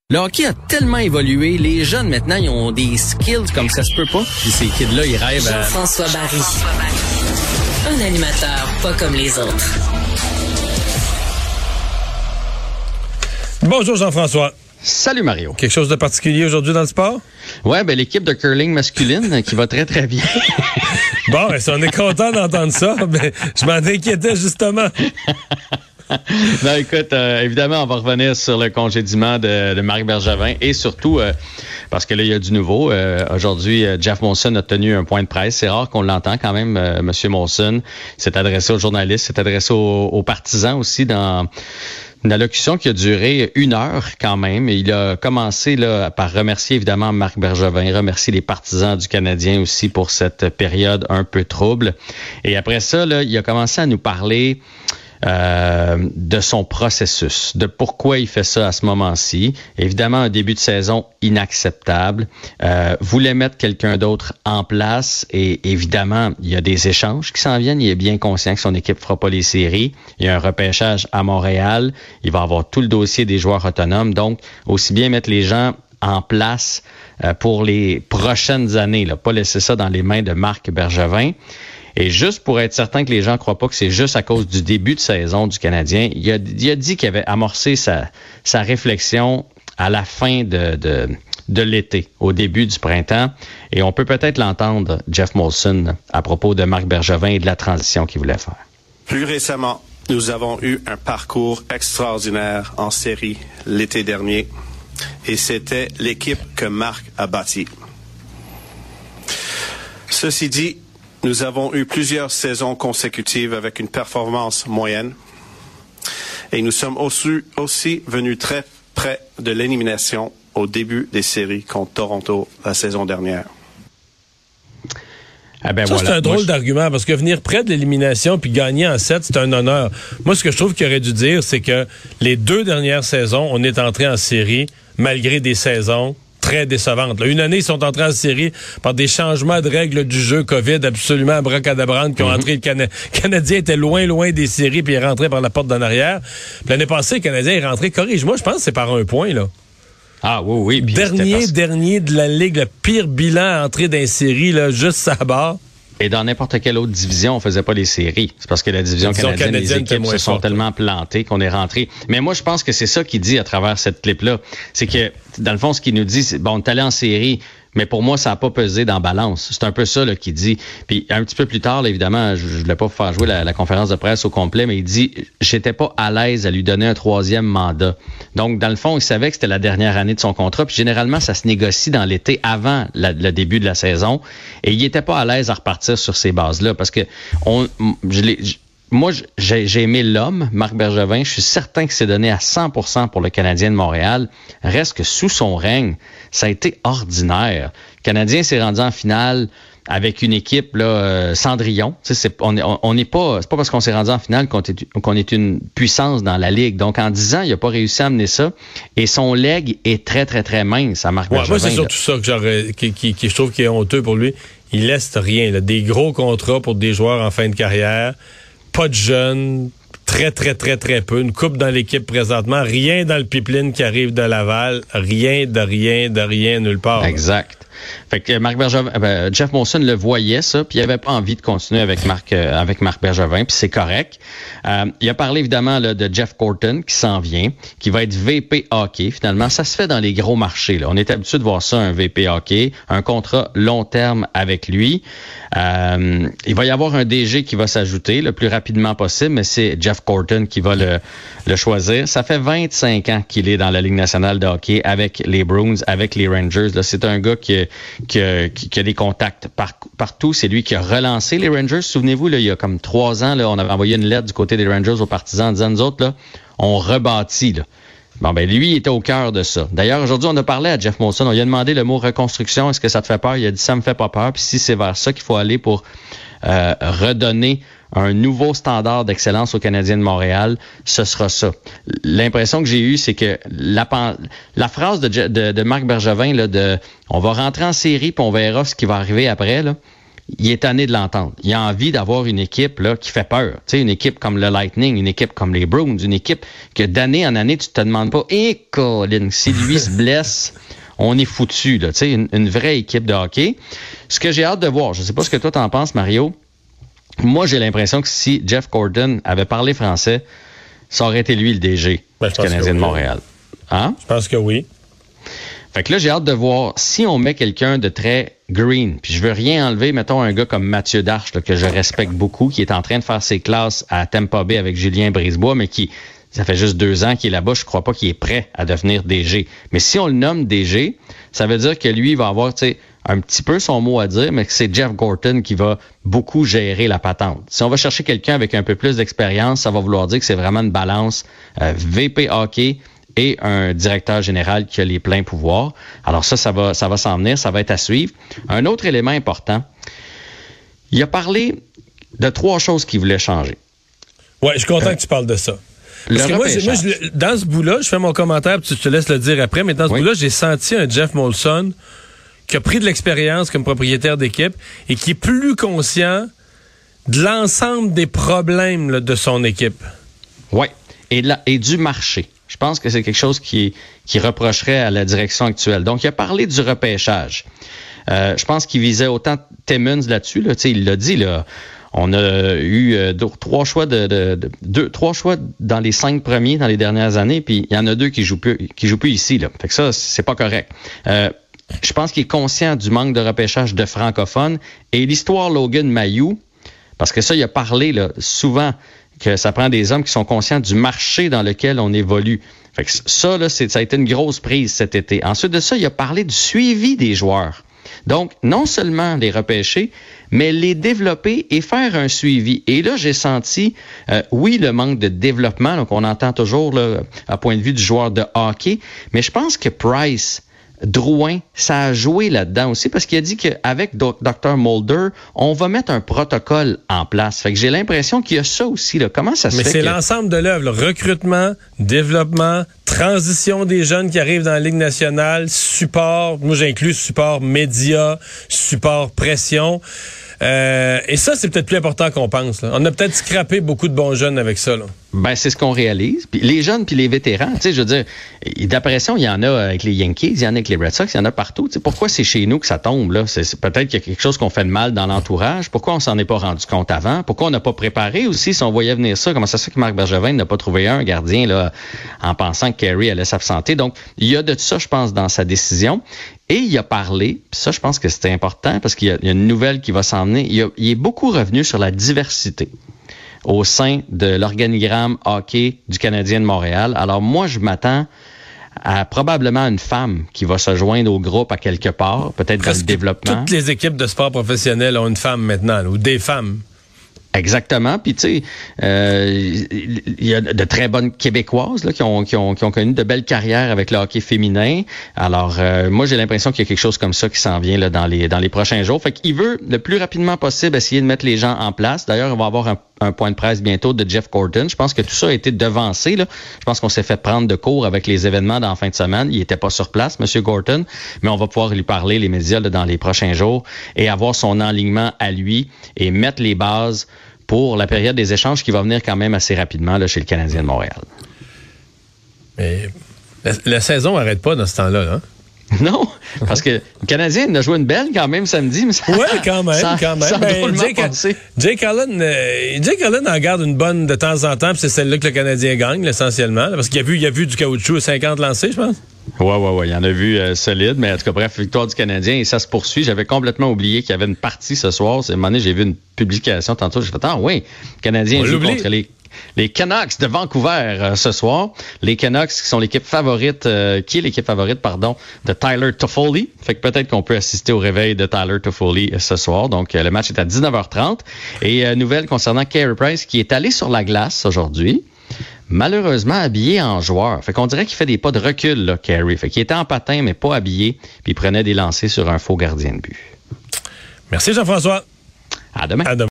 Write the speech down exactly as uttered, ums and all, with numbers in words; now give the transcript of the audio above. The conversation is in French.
Le hockey a tellement évolué, les jeunes maintenant, ils ont des skills comme ça se peut pas. Puis ces kids-là, ils rêvent à... Jean-François Barry. Un animateur pas comme les autres. Bonjour Jean-François. Salut Mario. Quelque chose de particulier aujourd'hui dans le sport? Ouais, ben l'équipe de curling masculine qui va très très bien. Bon, ben, si on est content d'entendre ça, ben, je m'en inquiétais justement. Non, écoute, euh, évidemment, on va revenir sur le congédiement de, de Marc Bergevin et surtout, euh, parce que là, il y a du nouveau. Euh, aujourd'hui, euh, Jeff Molson a tenu un point de presse. C'est rare qu'on l'entend quand même, euh, M. Molson. Il s'est adressé aux journalistes, s'est adressé aux, aux partisans aussi dans une allocution qui a duré une heure quand même. Il a commencé là par remercier évidemment Marc Bergevin, remercier les partisans du Canadien aussi pour cette période un peu trouble. Et après ça, là, il a commencé à nous parler... Euh, de son processus, de pourquoi il fait ça à ce moment-ci. Évidemment, un début de saison inacceptable. Euh, voulait mettre quelqu'un d'autre en place et évidemment, il y a des échanges qui s'en viennent. Il est bien conscient que son équipe fera pas les séries. Il y a un repêchage à Montréal. Il va avoir tout le dossier des joueurs autonomes. Donc, aussi bien mettre les gens en place euh, pour les prochaines années, là, pas laisser ça dans les mains de Marc Bergevin. Et juste pour être certain que les gens ne croient pas que c'est juste à cause du début de saison du Canadien, il a, il a dit qu'il avait amorcé sa, sa réflexion à la fin de, de, de l'été, au début du printemps. Et on peut peut-être l'entendre, Jeff Molson, à propos de Marc Bergevin et de la transition qu'il voulait faire. Plus récemment, nous avons eu un parcours extraordinaire en série l'été dernier. Et c'était l'équipe que Marc a bâtie. Ceci dit, nous avons eu plusieurs saisons consécutives avec une performance moyenne et nous sommes aussi, aussi venus très près de l'élimination au début des séries contre Toronto la saison dernière. Ah ben ça, voilà. C'est un drôle Moi, je... d'argument parce que venir près de l'élimination puis gagner en sept, c'est un honneur. Moi, ce que je trouve qu'il aurait dû dire, c'est que les deux dernières saisons, on est entré en série malgré des saisons très décevantes. Là, une année, ils sont entrés en série par des changements de règles du jeu COVID absolument abracadabrantes qui ont mm-hmm. entré. Le Cana- Canadien était loin, loin des séries puis il est rentré par la porte d'en arrière. Puis l'année passée, le Canadien est rentré, corrige-moi, je pense que c'est par un point, là. Ah oui, oui. Dernier, parce... dernier de la Ligue, le pire bilan entré dans les séries, là, juste ça barre. Et dans n'importe quelle autre division, on faisait pas les séries. C'est parce que la division, division canadienne, canadienne, les équipes se sont forte, tellement plantées qu'on est rentré. Mais moi, je pense que c'est ça qu'il dit à travers cette clip-là. C'est que, dans le fond, ce qu'il nous dit, c'est, bon, on est allé en série, mais pour moi, ça n'a pas pesé dans la balance. C'est un peu ça là, qu'il dit. Puis un petit peu plus tard, là, évidemment, je ne voulais pas faire jouer la, la conférence de presse au complet, mais il dit « J'étais pas à l'aise à lui donner un troisième mandat ». Donc, dans le fond, il savait que c'était la dernière année de son contrat. Puis généralement, ça se négocie dans l'été avant la, le début de la saison. Et il n'était pas à l'aise à repartir sur ces bases-là parce que on, je l'ai... Je, Moi, j'ai, j'ai aimé l'homme, Marc Bergevin. Je suis certain qu'il s'est donné à cent pour cent pour le Canadien de Montréal. Reste que sous son règne, ça a été ordinaire. Le Canadien s'est rendu en finale avec une équipe là euh, Cendrillon. Tu sais, c'est, on n'est on est pas, c'est pas parce qu'on s'est rendu en finale qu'on est, qu'on est une puissance dans la Ligue. Donc, en dix ans, il n'a pas réussi à amener ça. Et son leg est très, très, très mince à Marc ouais, Bergevin. Moi, c'est surtout ça que, j'aurais, qui, qui, qui je trouve qui est honteux pour lui. Il laisse rien. Là. Des gros contrats pour des joueurs en fin de carrière. Pas de jeunes, très, très, très, très peu. Une coupe dans l'équipe présentement. Rien dans le pipeline qui arrive de Laval. Rien, de rien, de rien, nulle part. Exact. Fait que Marc Bergevin, euh, Jeff Molson le voyait ça, puis il avait pas envie de continuer avec Marc euh, avec Marc Bergevin, puis c'est correct. Euh, il a parlé évidemment là, de Jeff Gorton qui s'en vient, qui va être V P hockey. Finalement, ça se fait dans les gros marchés. Là. On est habitué de voir ça, un V P hockey, un contrat long terme avec lui. Euh, il va y avoir un D G qui va s'ajouter le plus rapidement possible, mais c'est Jeff Gorton qui va le, le choisir. Ça fait vingt-cinq ans qu'il est dans la Ligue nationale de hockey avec les Bruins, avec les Rangers. Là, c'est un gars qui Qui a, qui a des contacts par, partout. C'est lui qui a relancé les Rangers. Souvenez-vous, là, il y a comme trois ans, là, on avait envoyé une lettre du côté des Rangers aux partisans en disant, nous autres, là, on rebâtit. Là. Bon, ben lui, il était au cœur de ça. D'ailleurs, aujourd'hui, on a parlé à Jeff Molson. On lui a demandé le mot reconstruction. Est-ce que ça te fait peur? Il a dit, ça me fait pas peur. Puis si c'est vers ça qu'il faut aller pour euh, redonner un nouveau standard d'excellence aux Canadiens de Montréal, ce sera ça. L'impression que j'ai eue, c'est que la, la phrase de, de, de Marc Bergevin, là, de « on va rentrer en série puis on verra ce qui va arriver après », là, il est tanné de l'entendre. Il a envie d'avoir une équipe là qui fait peur. Tu sais, une équipe comme le Lightning, une équipe comme les Bruins, une équipe que d'année en année, tu te demandes pas, hé, hey, Colin, si lui se blesse, on est foutu. Tu sais, une, une vraie équipe de hockey. Ce que j'ai hâte de voir, je sais pas ce que toi t'en penses, Mario. Moi, j'ai l'impression que si Jeff Gorton avait parlé français, ça aurait été lui le D G ben, du Canadien de Montréal. Hein? Je pense que oui. Fait que là, j'ai hâte de voir si on met quelqu'un de très green. Puis je veux rien enlever, mettons un gars comme Mathieu Darche, là, que je respecte beaucoup, qui est en train de faire ses classes à Tampa Bay avec Julien Brisebois, mais qui, ça fait juste deux ans qu'il est là-bas, je crois pas qu'il est prêt à devenir D G. Mais si on le nomme D G, ça veut dire que lui, il va avoir, tu sais, un petit peu son mot à dire, mais que c'est Jeff Gorton qui va beaucoup gérer la patente. Si on va chercher quelqu'un avec un peu plus d'expérience, ça va vouloir dire que c'est vraiment une balance euh, V P hockey et un directeur général qui a les pleins pouvoirs. Alors ça, ça va, ça va s'en venir, ça va être à suivre. Un autre élément important, il a parlé de trois choses qu'il voulait changer. Ouais, je suis content euh, que tu parles de ça. Parce que moi, moi je, dans ce bout-là, je fais mon commentaire, puis tu te laisses le dire après, mais dans ce oui. bout-là, j'ai senti un Jeff Molson qui a pris de l'expérience comme propriétaire d'équipe et qui est plus conscient de l'ensemble des problèmes là, de son équipe. Oui, et, la, et du marché. Je pense que c'est quelque chose qui, qui reprocherait à la direction actuelle. Donc, il a parlé du repêchage. Euh, je pense qu'il visait autant Timmins là-dessus. Là, il l'a dit, là. On a eu euh, deux, trois choix de, de, de deux, trois choix dans les cinq premiers dans les dernières années, puis il y en a deux qui jouent plus, qui jouent plus ici. Là. Fait que ça, c'est pas correct. Euh, je pense qu'il est conscient du manque de repêchage de francophones. Et l'histoire Logan Mailloux, parce que ça, il a parlé là, souvent que ça prend des hommes qui sont conscients du marché dans lequel on évolue. Fait que ça, là, c'est, ça a été une grosse prise cet été. Ensuite de ça, il a parlé du suivi des joueurs. Donc, non seulement les repêcher, mais les développer et faire un suivi. Et là, j'ai senti, euh, oui, le manque de développement, donc on entend toujours là, à point de vue du joueur de hockey, mais je pense que Price, Drouin, ça a joué là-dedans aussi parce qu'il a dit qu'avec docteur Mulder, on va mettre un protocole en place. Fait que j'ai l'impression qu'il y a ça aussi. Là. Comment ça se Mais fait? Mais c'est que... l'ensemble de l'œuvre. Recrutement, développement, transition des jeunes qui arrivent dans la Ligue nationale, support, moi j'inclus support média, support pression. Euh, et ça, c'est peut-être plus important qu'on pense. Là. On a peut-être scrappé beaucoup de bons jeunes avec ça. Là. Ben, c'est ce qu'on réalise. Puis les jeunes puis les vétérans, tu sais, je veux dire, d'apression, il y en a avec les Yankees, il y en a avec les Red Sox, il y en a partout. Tu sais, pourquoi c'est chez nous que ça tombe, là? C'est, c'est peut-être qu'il y a quelque chose qu'on fait de mal dans l'entourage. Pourquoi on s'en est pas rendu compte avant? Pourquoi on n'a pas préparé aussi si on voyait venir ça? Comment ça se fait que Marc Bergevin n'a pas trouvé un gardien, là, en pensant que Carey allait s'absenter? Donc, il y a de ça, je pense, dans sa décision. Et il a parlé, puis ça, je pense que c'était important parce qu'il y a, il y a une nouvelle qui va s'en venir. Il, a, il est beaucoup revenu sur la diversité au sein de l'organigramme hockey du Canadien de Montréal. Alors moi, je m'attends à probablement une femme qui va se joindre au groupe à quelque part, peut-être Presque dans le développement. Toutes les équipes de sport professionnels ont une femme maintenant, là, ou des femmes. Exactement. Puis, tu sais, euh, il y a de très bonnes Québécoises là, qui, ont, qui, ont, qui ont connu de belles carrières avec le hockey féminin. Alors, euh, moi, j'ai l'impression qu'il y a quelque chose comme ça qui s'en vient là, dans les dans les prochains jours. Fait qu'il veut le plus rapidement possible essayer de mettre les gens en place. D'ailleurs, il va y avoir un, un point de presse bientôt de Jeff Gorton. Je pense que tout ça a été devancé. Là. Je pense qu'on s'est fait prendre de court avec les événements dans la fin de semaine. Il n'était pas sur place, M. Gorton, mais on va pouvoir lui parler, les médias, là, dans les prochains jours et avoir son enlignement à lui et mettre les bases pour la période des échanges qui va venir quand même assez rapidement là, chez le Canadien de Montréal. Mais la, la saison n'arrête pas dans ce temps-là, hein? Non, parce que le Canadien a joué une belle quand même samedi. Mais ça, oui, quand même, ça, quand même. Ça ben, Jake, Jake Allen, euh, Jake Allen en garde une bonne de temps en temps, puis c'est celle-là que le Canadien gagne, essentiellement. Là, parce qu'il a vu, il a vu du caoutchouc à cinquante lancés, je pense. Oui, oui, oui. Il en a vu euh, solide, mais en tout cas, bref, victoire du Canadien et ça se poursuit. J'avais complètement oublié qu'il y avait une partie ce soir. C'est, à un moment donné, j'ai vu une publication tantôt. J'ai fait, ah oui, le Canadien joue contre les... Les Canucks de Vancouver euh, ce soir. Les Canucks qui sont l'équipe favorite, euh, qui est l'équipe favorite, pardon, de Tyler Toffoli. Fait que peut-être qu'on peut assister au réveil de Tyler Toffoli euh, ce soir. Donc, euh, le match est à dix-neuf heures trente. Et euh, nouvelle concernant Carey Price qui est allé sur la glace aujourd'hui. Malheureusement habillé en joueur. Fait qu'on dirait qu'il fait des pas de recul, là, Carey. Fait qu'il était en patin, mais pas habillé. Puis il prenait des lancers sur un faux gardien de but. Merci Jean-François. À demain. À demain.